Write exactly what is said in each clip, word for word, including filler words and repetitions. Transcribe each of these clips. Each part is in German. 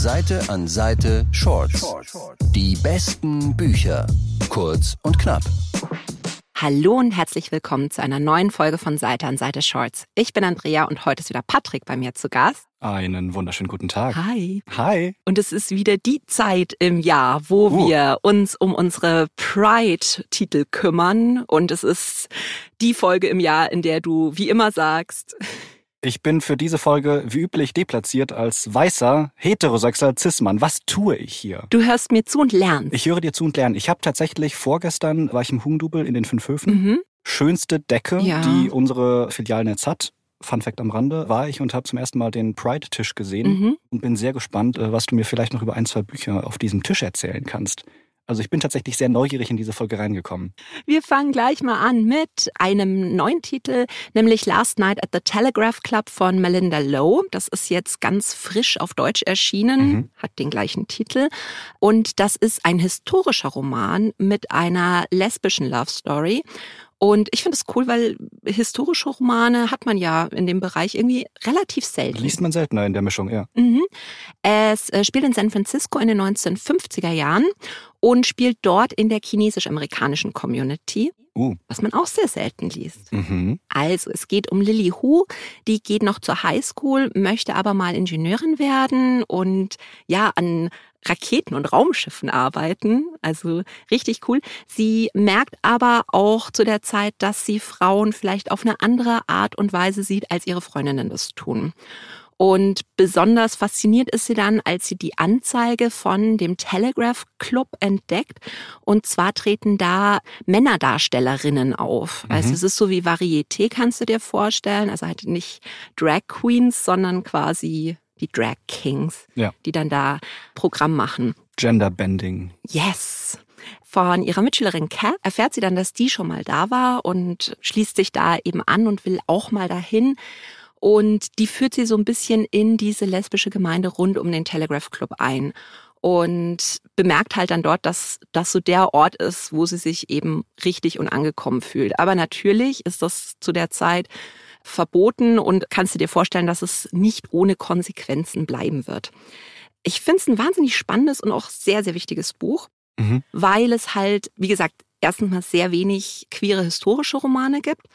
Seite an Seite Shorts. Die besten Bücher. Kurz und knapp. Hallo und herzlich willkommen zu einer neuen Folge von Seite an Seite Shorts. Ich bin Andrea und heute ist wieder Patrick bei mir zu Gast. Einen wunderschönen guten Tag. Hi. Hi. Und es ist wieder die Zeit im Jahr, wo uh. wir uns um unsere Pride-Titel kümmern. Und es ist die Folge im Jahr, in der du wie immer sagst... Ich bin für diese Folge wie üblich deplatziert als weißer, heterosexueller Cis-Mann. Was tue ich hier? Du hörst mir zu und lernst. Ich höre dir zu und lerne. Ich habe tatsächlich vorgestern, war ich im Hugendubel in den Fünf Höfen. Mhm. Schönste Decke, ja. die unsere Filialnetz hat. Fun Fact am Rande, war ich und habe zum ersten Mal den Pride-Tisch gesehen mhm. und bin sehr gespannt, was du mir vielleicht noch über ein, zwei Bücher auf diesem Tisch erzählen kannst. Also ich bin tatsächlich sehr neugierig in diese Folge reingekommen. Wir fangen gleich mal an mit einem neuen Titel, nämlich Last Night at the Telegraph Club von Malinda Lo. Das ist jetzt ganz frisch auf Deutsch erschienen, mhm. hat den gleichen Titel. Und das ist ein historischer Roman mit einer lesbischen Love Story. Und ich finde es cool, weil historische Romane hat man ja in dem Bereich irgendwie relativ selten. Liest man seltener in der Mischung, ja. Mhm. Es spielt in San Francisco in den neunzehnhundertfünfziger Jahren und spielt dort in der chinesisch-amerikanischen Community, uh. was man auch sehr selten liest. Mhm. Also es geht um Lily Hu, die geht noch zur Highschool, möchte aber mal Ingenieurin werden und ja an Raketen und Raumschiffen arbeiten, also richtig cool. Sie merkt aber auch zu der Zeit, dass sie Frauen vielleicht auf eine andere Art und Weise sieht, als ihre Freundinnen das tun. Und besonders fasziniert ist sie dann, als sie die Anzeige von dem Telegraph Club entdeckt. Und zwar treten da Männerdarstellerinnen auf. Mhm. Also es ist so wie Varieté, kannst du dir vorstellen. Also halt nicht Drag Queens, sondern quasi die Drag Kings, ja. die dann da Programm machen. Genderbending. Yes. Von ihrer Mitschülerin Kat erfährt sie dann, dass die schon mal da war und schließt sich da eben an und will auch mal dahin. Und die führt sie so ein bisschen in diese lesbische Gemeinde rund um den Telegraph Club ein. Und bemerkt halt dann dort, dass das so der Ort ist, wo sie sich eben richtig und angekommen fühlt. Aber natürlich ist das zu der Zeit verboten und kannst du dir vorstellen, dass es nicht ohne Konsequenzen bleiben wird. Ich finde es ein wahnsinnig spannendes und auch sehr, sehr wichtiges Buch, mhm. weil es halt, wie gesagt, erstens mal sehr wenig queere historische Romane gibt,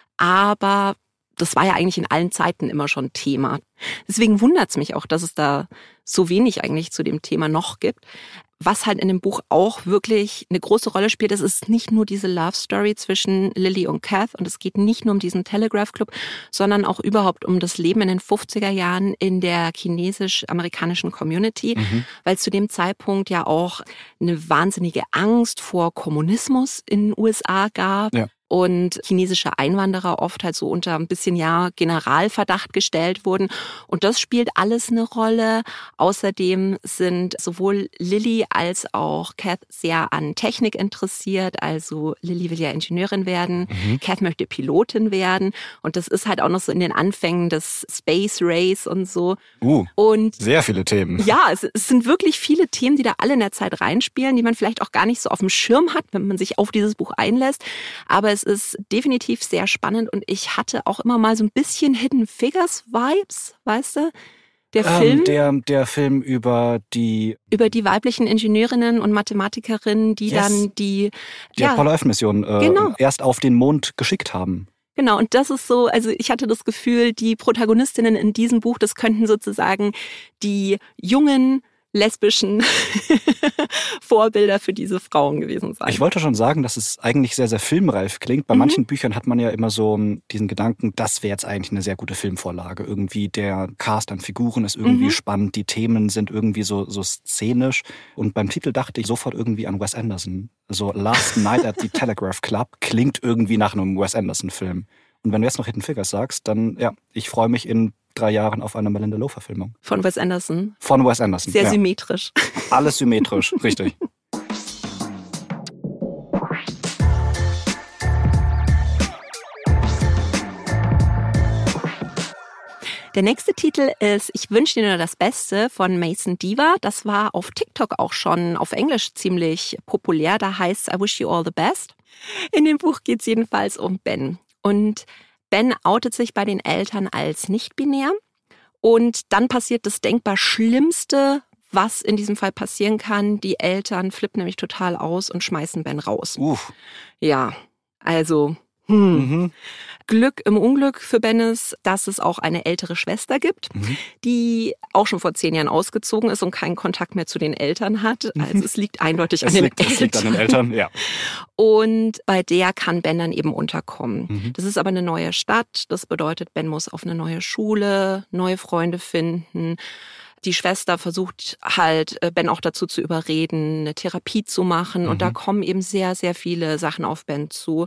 aber das war ja eigentlich in allen Zeiten immer schon Thema. Deswegen wundert es mich auch, dass es da so wenig eigentlich zu dem Thema noch gibt. Was halt in dem Buch auch wirklich eine große Rolle spielt, es ist nicht nur diese Love Story zwischen Lily und Kath und es geht nicht nur um diesen Telegraph Club, sondern auch überhaupt um das Leben in den fünfziger Jahren in der chinesisch-amerikanischen Community, mhm. weil es zu dem Zeitpunkt ja auch eine wahnsinnige Angst vor Kommunismus in den U S A gab. Ja. Und chinesische Einwanderer oft halt so unter ein bisschen, ja, Generalverdacht gestellt wurden. Und das spielt alles eine Rolle. Außerdem sind sowohl Lily als auch Kath sehr an Technik interessiert. Also Lily will ja Ingenieurin werden, mhm. Kath möchte Pilotin werden. Und das ist halt auch noch so in den Anfängen des Space Race und so. Uh, und sehr viele Themen. Ja, es, es sind wirklich viele Themen, die da alle in der Zeit reinspielen, die man vielleicht auch gar nicht so auf dem Schirm hat, wenn man sich auf dieses Buch einlässt. Aber es ist definitiv sehr spannend und ich hatte auch immer mal so ein bisschen Hidden Figures Vibes, weißt du? Der ähm, Film. Der, der Film über die... Über die weiblichen Ingenieurinnen und Mathematikerinnen, die yes. dann die... Die ja, Apollo elf Mission äh, genau. erst auf den Mond geschickt haben. Genau, und das ist so, also ich hatte das Gefühl, die Protagonistinnen in diesem Buch, das könnten sozusagen die jungen lesbischen Vorbilder für diese Frauen gewesen sein. Ich wollte schon sagen, dass es eigentlich sehr, sehr filmreif klingt. Bei mhm. manchen Büchern hat man ja immer so diesen Gedanken, das wäre jetzt eigentlich eine sehr gute Filmvorlage. Irgendwie der Cast an Figuren ist irgendwie mhm. spannend, die Themen sind irgendwie so, so szenisch. Und beim Titel dachte ich sofort irgendwie an Wes Anderson. So Last Night at the Telegraph Club klingt irgendwie nach einem Wes Anderson-Film. Und wenn du jetzt noch Hidden Figures sagst, dann, ja, ich freue mich in drei Jahren auf eine Malinda Lo-Verfilmung. Von Wes Anderson. Von Wes Anderson, Sehr ja. symmetrisch. Alles symmetrisch, richtig. Der nächste Titel ist Ich wünsche dir nur das Beste von Mason Diva. Das war auf TikTok auch schon auf Englisch ziemlich populär. Da heißt es I wish you all the best. In dem Buch geht es jedenfalls um Ben. Und Ben outet sich bei den Eltern als nicht-binär. Und dann passiert das denkbar Schlimmste, was in diesem Fall passieren kann. Die Eltern flippen nämlich total aus und schmeißen Ben raus. Uff. Ja, also hm. Mhm. Glück im Unglück für Ben ist, dass es auch eine ältere Schwester gibt, Mhm. die auch schon vor zehn Jahren ausgezogen ist und keinen Kontakt mehr zu den Eltern hat. Also es liegt eindeutig Es an den liegt, Eltern. es liegt an den Eltern, ja. Und bei der kann Ben dann eben unterkommen. Mhm. Das ist aber eine neue Stadt. Das bedeutet, Ben muss auf eine neue Schule, neue Freunde finden. Die Schwester versucht halt, Ben auch dazu zu überreden, eine Therapie zu machen. Mhm. Und da kommen eben sehr, sehr viele Sachen auf Ben zu.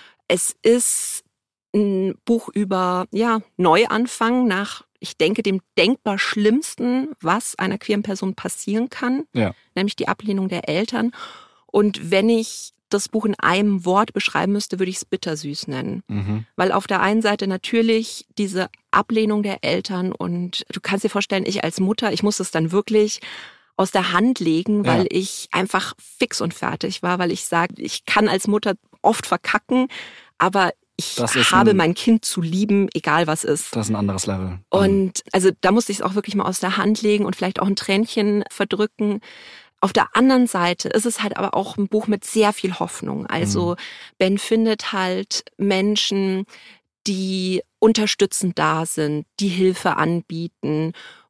Es ist ein Buch über, ja, Neuanfang nach, ich denke, dem denkbar Schlimmsten, was einer queeren Person passieren kann, Ja. nämlich die Ablehnung der Eltern. Und wenn ich das Buch in einem Wort beschreiben müsste, würde ich es bittersüß nennen. Mhm. Weil auf der einen Seite natürlich diese Ablehnung der Eltern und du kannst dir vorstellen, ich als Mutter, ich muss es dann wirklich aus der Hand legen, weil Ja. ich einfach fix und fertig war, weil ich sage, ich kann als Mutter oft verkacken, aber ich Das ist habe ein- mein Kind zu lieben, egal was ist. Das ist ein anderes Level. Und also da musste ich es auch wirklich mal aus der Hand legen und vielleicht auch ein Tränchen verdrücken. Auf der anderen Seite ist es halt aber auch ein Buch mit sehr viel Hoffnung. Also Mhm. Ben findet halt Menschen, die unterstützend da sind, die Hilfe anbieten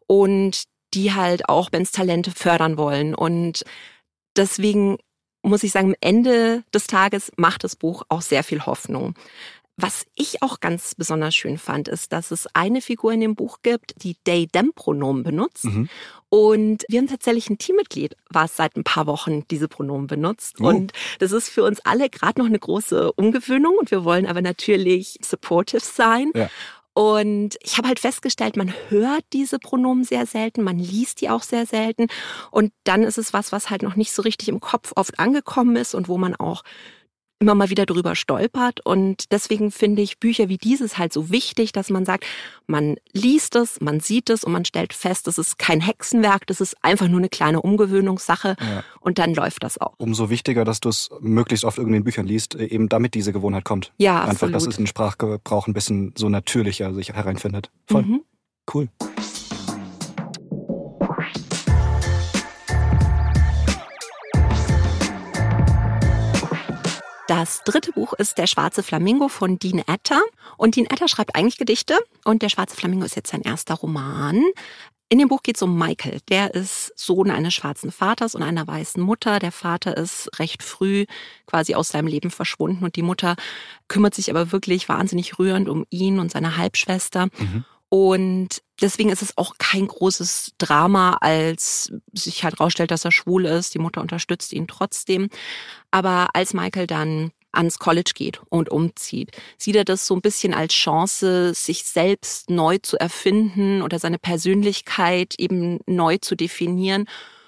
und die halt auch Bens Talente fördern wollen. Und deswegen muss ich sagen, am Ende des Tages macht das Buch auch sehr viel Hoffnung. Was ich auch ganz besonders schön fand, ist, dass es eine Figur in dem Buch gibt, die They-Them-Pronomen benutzt. Mhm. Und wir haben tatsächlich ein Teammitglied, was seit ein paar Wochen diese Pronomen benutzt. Oh. Und das ist für uns alle gerade noch eine große Umgewöhnung. Und wir wollen aber natürlich supportive sein. Ja. Und ich habe halt festgestellt, man hört diese Pronomen sehr selten, man liest die auch sehr selten. Und dann ist es was, was halt noch nicht so richtig im Kopf oft angekommen ist und wo man auch immer mal wieder drüber stolpert. Und deswegen finde ich Bücher wie dieses halt so wichtig, dass man sagt, man liest es, man sieht es und man stellt fest, das ist kein Hexenwerk, das ist einfach nur eine kleine Umgewöhnungssache Ja. und dann läuft das auch. Umso wichtiger, dass du es möglichst oft irgendwie in Büchern liest, eben damit diese Gewohnheit kommt. Ja, Einfach, absolut. dass es in Sprachgebrauch ein bisschen so natürlicher sich hereinfindet. Voll. Mhm. Cool. Das dritte Buch ist Der schwarze Flamingo von Dean Atta. Und Dean Atta schreibt eigentlich Gedichte und Der schwarze Flamingo ist jetzt sein erster Roman. In dem Buch geht es um Michael. Der ist Sohn eines schwarzen Vaters und einer weißen Mutter. Der Vater ist recht früh quasi aus seinem Leben verschwunden und die Mutter kümmert sich aber wirklich wahnsinnig rührend um ihn und seine Halbschwester. Mhm. Und deswegen ist es auch kein großes Drama, als sich halt rausstellt, dass er schwul ist. Die Mutter unterstützt ihn trotzdem. Aber als Michael dann ans College geht und umzieht, sieht er das so ein bisschen als Chance, sich selbst neu zu erfinden oder seine Persönlichkeit eben neu zu definieren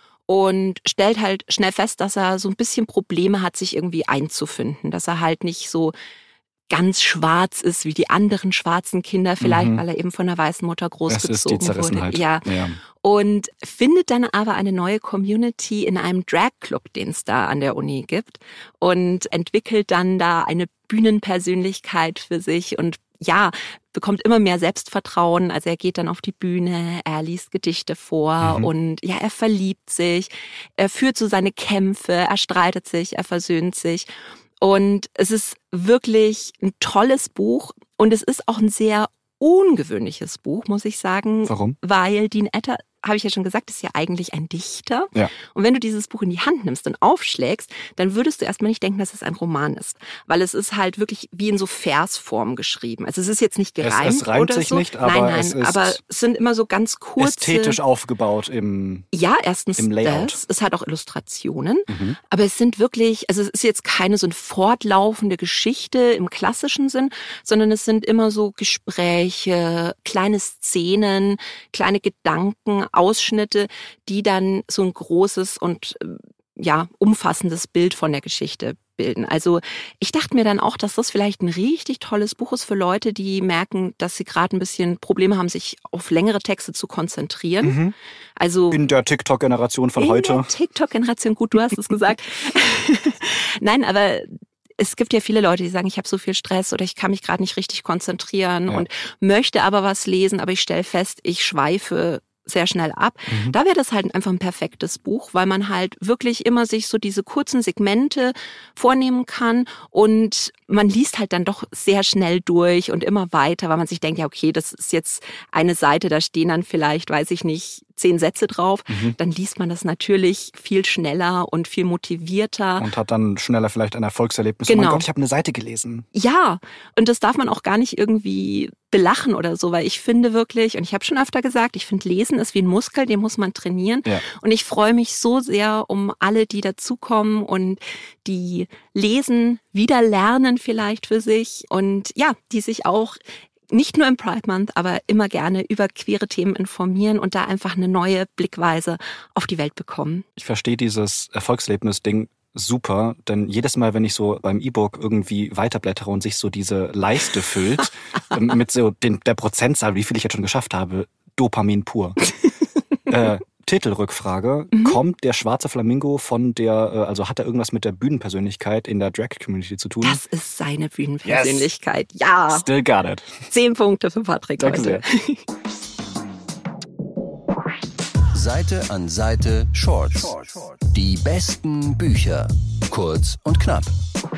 und stellt halt schnell fest, dass er so ein bisschen Probleme hat, sich irgendwie einzufinden, dass er halt nicht so ganz schwarz ist wie die anderen schwarzen Kinder, vielleicht, Mhm. weil er eben von einer weißen Mutter Es ist die großgezogen wurde. Zerrissenheit. Ja. Ja. Und findet dann aber eine neue Community in einem Drag-Club, den es da an der Uni gibt und entwickelt dann da eine Bühnenpersönlichkeit für sich und ja, bekommt immer mehr Selbstvertrauen. Also er geht dann auf die Bühne, er liest Gedichte vor Mhm. und ja, er verliebt sich, er führt so seine Kämpfe, er streitet sich, er versöhnt sich. Und es ist wirklich ein tolles Buch und es ist auch ein sehr ungewöhnliches Buch, muss ich sagen. Warum? Weil Dean Atta, habe ich ja schon gesagt, ist ja eigentlich ein Dichter. Ja. Und wenn du dieses Buch in die Hand nimmst und aufschlägst, dann würdest du erstmal nicht denken, dass es ein Roman ist. Weil es ist halt wirklich wie in so Versform geschrieben. Also es ist jetzt nicht gereimt Es, es reimt oder sich so. nicht, aber nein, nein, es ist aber es sind immer so ganz kurze... ästhetisch aufgebaut im... Ja, erstens im Layout. das. Es hat auch Illustrationen. Mhm. Aber es sind wirklich, also es ist jetzt keine so eine fortlaufende Geschichte im klassischen Sinn, sondern es sind immer so Gespräche, kleine Szenen, kleine Gedanken, Ausschnitte, die dann so ein großes und ja, umfassendes Bild von der Geschichte bilden. Also ich dachte mir dann auch, dass das vielleicht ein richtig tolles Buch ist für Leute, die merken, dass sie gerade ein bisschen Probleme haben, sich auf längere Texte zu konzentrieren. Mhm. Also In der TikTok-Generation von in heute. der TikTok-Generation, gut, du hast es gesagt. Nein, aber es gibt ja viele Leute, die sagen, ich habe so viel Stress oder ich kann mich gerade nicht richtig konzentrieren Ja. und möchte aber was lesen, aber ich stelle fest, ich schweife sehr schnell ab. Mhm. Da wäre das halt einfach ein perfektes Buch, weil man halt wirklich immer sich so diese kurzen Segmente vornehmen kann und man liest halt dann doch sehr schnell durch und immer weiter, weil man sich denkt, ja okay, das ist jetzt eine Seite, da stehen dann vielleicht, weiß ich nicht, zehn Sätze drauf. Mhm. Dann liest man das natürlich viel schneller und viel motivierter. Und hat dann schneller vielleicht ein Erfolgserlebnis. Genau. Oh mein Gott, ich habe eine Seite gelesen. Ja, und das darf man auch gar nicht irgendwie belachen oder so, weil ich finde wirklich, und ich habe schon öfter gesagt, ich finde Lesen ist wie ein Muskel, den muss man trainieren. Ja. Und ich freue mich so sehr um alle, die dazukommen und die lesen, wieder lernen vielleicht für sich und ja, die sich auch nicht nur im Pride Month, aber immer gerne über queere Themen informieren und da einfach eine neue Blickweise auf die Welt bekommen. Ich verstehe dieses Erfolgserlebnis-Ding super, denn jedes Mal, wenn ich so beim E-Book irgendwie weiterblättere und sich so diese Leiste füllt, mit so den, der Prozentzahl, wie viel ich jetzt schon geschafft habe, Dopamin pur. äh, Titelrückfrage. Mhm. Kommt der schwarze Flamingo von der, also hat er irgendwas mit der Bühnenpersönlichkeit in der Drag-Community zu tun? Das ist seine Bühnenpersönlichkeit, yes. Ja. Still got it. Zehn Punkte für Patrick Danke heute. Sehr. Seite an Seite Shorts. Die besten Bücher. Kurz und knapp.